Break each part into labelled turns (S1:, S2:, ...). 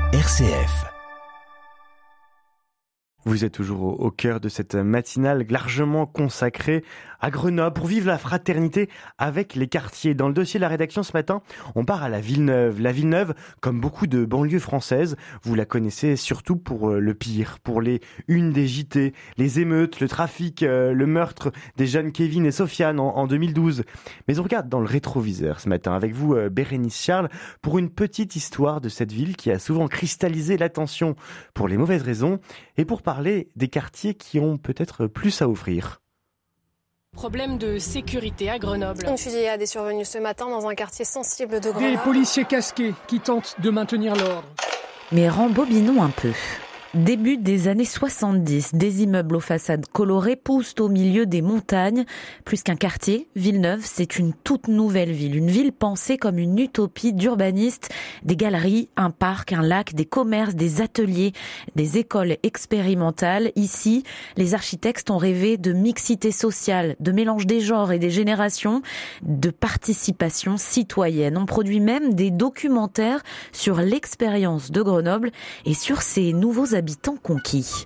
S1: RCF.
S2: Vous êtes toujours au cœur de cette matinale largement consacrée à Grenoble pour vivre la fraternité avec les quartiers. Dans le dossier de la rédaction ce matin, on part à la Villeneuve. La Villeneuve, comme beaucoup de banlieues françaises, vous la connaissez surtout pour le pire, pour les unes des JT, les émeutes, le trafic, le meurtre des jeunes Kevin et Sofiane en 2012. Mais on regarde dans le rétroviseur ce matin avec vous, Bérénice Charles, pour une petite histoire de cette ville qui a souvent cristallisé l'attention pour les mauvaises raisons et pour parler des quartiers qui ont peut-être plus à offrir.
S3: Problème de sécurité à Grenoble.
S4: Une fusillade est survenue ce matin dans un quartier sensible de Grenoble.
S5: Des policiers casqués qui tentent de maintenir l'ordre.
S6: Mais rembobinons un peu. Début des années 70, des immeubles aux façades colorées poussent au milieu des montagnes. Plus qu'un quartier, Villeneuve, c'est une toute nouvelle ville. Une ville pensée comme une utopie d'urbanistes. Des galeries, un parc, un lac, des commerces, des ateliers, des écoles expérimentales. Ici, les architectes ont rêvé de mixité sociale, de mélange des genres et des générations, de participation citoyenne. On produit même des documentaires sur l'expérience de Grenoble et sur ses nouveaux habitants conquis.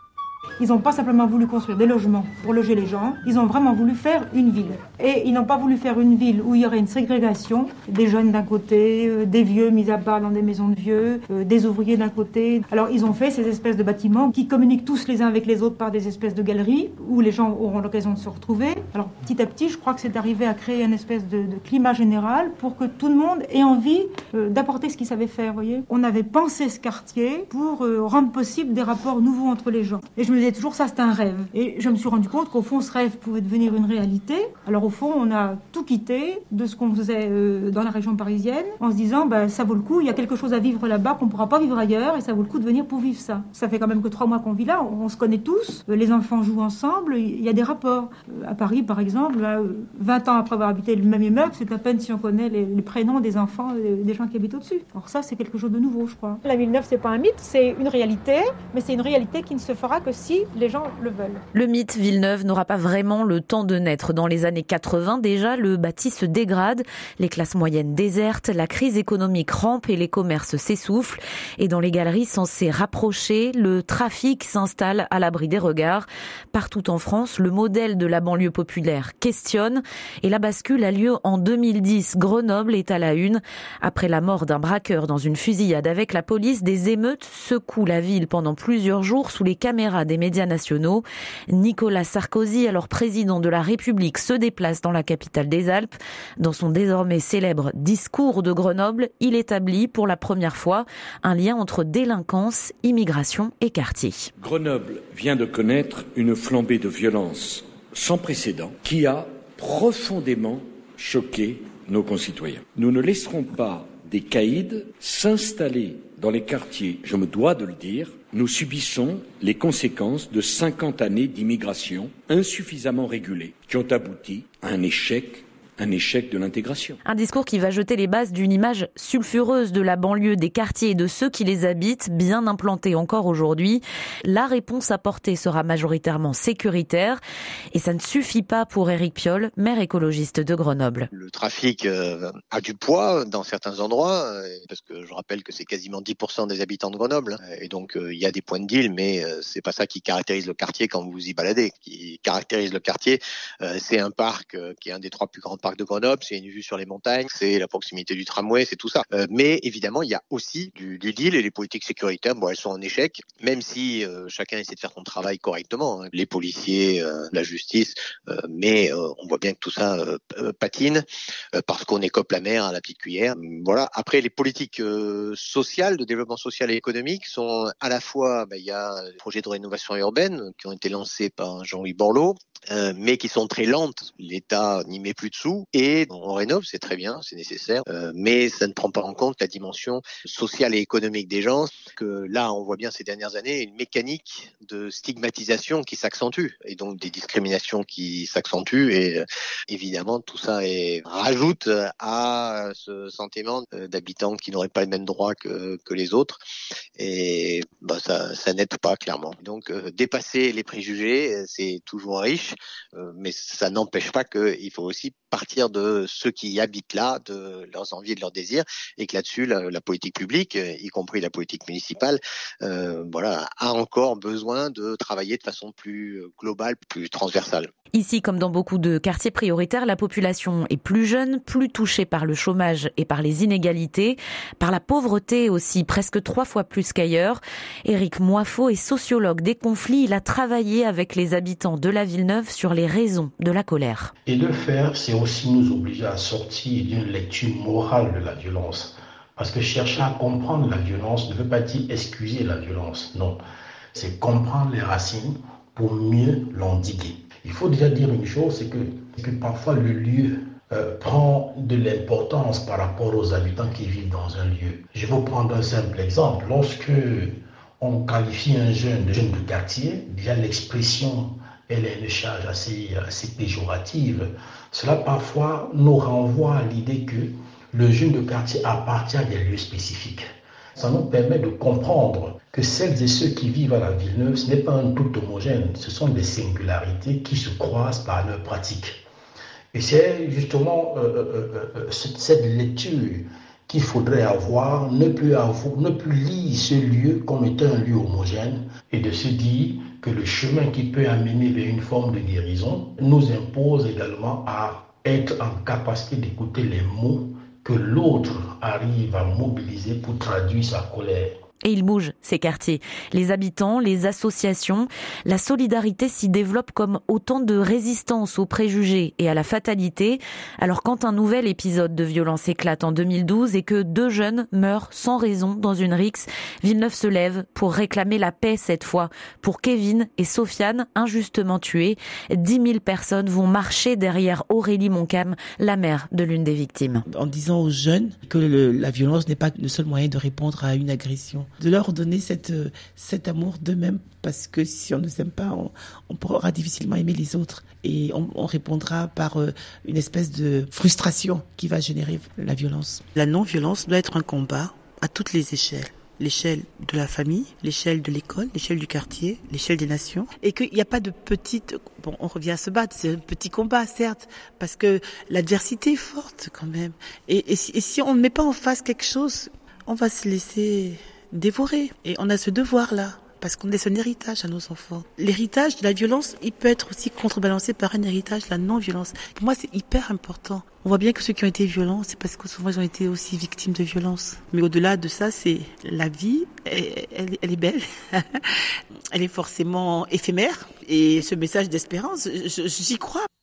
S7: Ils n'ont pas simplement voulu construire des logements pour loger les gens, ils ont vraiment voulu faire une ville. Et ils n'ont pas voulu faire une ville où il y aurait une ségrégation, des jeunes d'un côté, des vieux mis à part dans des maisons de vieux, des ouvriers d'un côté. Alors ils ont fait ces espèces de bâtiments qui communiquent tous les uns avec les autres par des espèces de galeries où les gens auront l'occasion de se retrouver. Alors petit à petit, je crois que c'est arrivé à créer une espèce de climat général pour que tout le monde ait envie d'apporter ce qu'il savait faire. Voyez, on avait pensé ce quartier pour rendre possible des rapports nouveaux entre les gens. Et je me disais toujours, ça c'est un rêve. Et je me suis rendu compte qu'au fond, ce rêve pouvait devenir une réalité. Alors au fond, on a tout quitté de ce qu'on faisait dans la région parisienne, en se disant, ça vaut le coup, il y a quelque chose à vivre là-bas qu'on ne pourra pas vivre ailleurs, et ça vaut le coup de venir pour vivre ça. Ça fait quand même que 3 mois qu'on vit là, on se connaît tous, les enfants jouent ensemble, il y a des rapports. À Paris, par exemple, 20 ans après avoir habité le même immeuble, c'est à peine si on connaît les prénoms des enfants, des gens qui habitent au-dessus. Alors ça, c'est quelque chose de nouveau, je crois. La Villeneuve, c'est pas un mythe, c'est une réalité, mais c'est une réalité qui ne se fera que si les gens le veulent.
S6: Le mythe Villeneuve n'aura pas vraiment le temps de naître. Dans les années 80, déjà, le bâti se dégrade, les classes moyennes désertent, la crise économique rampe et les commerces s'essoufflent. Et dans les galeries censées rapprocher, le trafic s'installe à l'abri des regards. Partout en France, le modèle de la banlieue populaire questionne et la bascule a lieu en 2010. Grenoble est à la une. Après la mort d'un braqueur dans une fusillade avec la police, des émeutes secouent la ville pendant plusieurs jours sous les caméras des médias nationaux. Nicolas Sarkozy, alors président de la République, se déplace dans la capitale des Alpes. Dans son désormais célèbre discours de Grenoble, il établit pour la première fois un lien entre délinquance, immigration et quartier.
S8: Grenoble vient de connaître une flambée de violence sans précédent qui a profondément choqué nos concitoyens. Nous ne laisserons pas des caïds s'installer dans les quartiers, je me dois de le dire. Nous subissons les conséquences de 50 années d'immigration insuffisamment régulée, qui ont abouti à un échec de l'intégration.
S6: Un discours qui va jeter les bases d'une image sulfureuse de la banlieue, des quartiers et de ceux qui les habitent, bien implantés encore aujourd'hui. La réponse apportée sera majoritairement sécuritaire et ça ne suffit pas pour Éric Piolle, maire écologiste de Grenoble.
S9: Le trafic a du poids dans certains endroits, parce que je rappelle que c'est quasiment 10% des habitants de Grenoble, et donc il y a des points de deal, mais c'est pas ça qui caractérise le quartier quand vous vous y baladez. Ce qui caractérise le quartier, c'est un parc qui est un des 3 plus grands parc de Grenoble, c'est une vue sur les montagnes, c'est la proximité du tramway, c'est tout ça. Mais évidemment, il y a aussi du deal et les politiques sécuritaires, elles sont en échec, même si chacun essaie de faire son travail correctement, hein. Les policiers, la justice, mais on voit bien que tout ça patine parce qu'on écope la mer à la petite cuillère. Voilà. Après, les politiques sociales, de développement social et économique sont à la fois, il y a des projets de rénovation urbaine qui ont été lancés par Jean-Louis Borloo, mais qui sont très lentes. L'État n'y met plus de sous et on rénove, c'est très bien, c'est nécessaire, mais ça ne prend pas en compte la dimension sociale et économique des gens. Que là, on voit bien ces dernières années une mécanique de stigmatisation qui s'accentue et donc des discriminations qui s'accentuent et évidemment tout ça rajoute à ce sentiment d'habitants qui n'auraient pas les mêmes droits que les autres et ça n'aide pas clairement. Donc dépasser les préjugés, c'est toujours riche, mais ça n'empêche pas qu'il faut aussi partir de ceux qui habitent là, de leurs envies et de leurs désirs, et que là-dessus, la politique publique, y compris la politique municipale, a encore besoin de travailler de façon plus globale, plus transversale.
S6: Ici, comme dans beaucoup de quartiers prioritaires, la population est plus jeune, plus touchée par le chômage et par les inégalités, par la pauvreté aussi, presque 3 fois plus qu'ailleurs. Éric Moifot est sociologue des conflits. Il a travaillé avec les habitants de la Villeneuve sur les raisons de la colère.
S1: Et le faire, c'est aussi nous obliger à sortir d'une lecture morale de la violence. Parce que chercher à comprendre la violence ne veut pas dire excuser la violence, non. C'est comprendre les racines pour mieux l'endiguer. Il faut déjà dire une chose, c'est que parfois le lieu prend de l'importance par rapport aux habitants qui vivent dans un lieu. Je vais vous prendre un simple exemple. Lorsque on qualifie un jeune de quartier, déjà l'expression, elle a une charge assez péjorative. Cela parfois nous renvoie à l'idée que le jeune de quartier appartient à des lieux spécifiques. Ça nous permet de comprendre que celles et ceux qui vivent à la Villeneuve, ce n'est pas un tout homogène, ce sont des singularités qui se croisent par leurs pratiques. Et c'est justement cette lecture qu'il faudrait avoir, ne plus lire ce lieu comme étant un lieu homogène et de se dire que le chemin qui peut amener vers une forme de guérison nous impose également à être en capacité d'écouter les mots que l'autre arrive à mobiliser pour traduire sa colère.
S6: Et ils bougent, ces quartiers. Les habitants, les associations, la solidarité s'y développe comme autant de résistance aux préjugés et à la fatalité. Alors quand un nouvel épisode de violence éclate en 2012 et que 2 jeunes meurent sans raison dans une rixe, Villeneuve se lève pour réclamer la paix cette fois. Pour Kevin et Sofiane, injustement tués, 10 000 personnes vont marcher derrière Aurélie Moncam, la mère de l'une des victimes.
S10: En disant aux jeunes que la violence n'est pas le seul moyen de répondre à une agression. De leur donner cet amour d'eux-mêmes, parce que si on ne s'aime pas, on pourra difficilement aimer les autres. Et on répondra par une espèce de frustration qui va générer la violence. La non-violence doit être un combat à toutes les échelles. L'échelle de la famille, l'échelle de l'école, l'échelle du quartier, l'échelle des nations. Et qu'il n'y a pas de petite... Bon, on revient à se battre, c'est un petit combat, certes, parce que l'adversité est forte quand même. Et si on ne met pas en face quelque chose, on va se laisser dévorer. Et on a ce devoir-là, parce qu'on laisse un héritage à nos enfants. L'héritage de la violence, il peut être aussi contrebalancé par un héritage de la non-violence. Pour moi, c'est hyper important. On voit bien que ceux qui ont été violents, c'est parce que souvent ils ont été aussi victimes de violences. Mais au-delà de ça, c'est la vie, elle est belle. Elle est forcément éphémère. Et ce message d'espérance, j'y crois.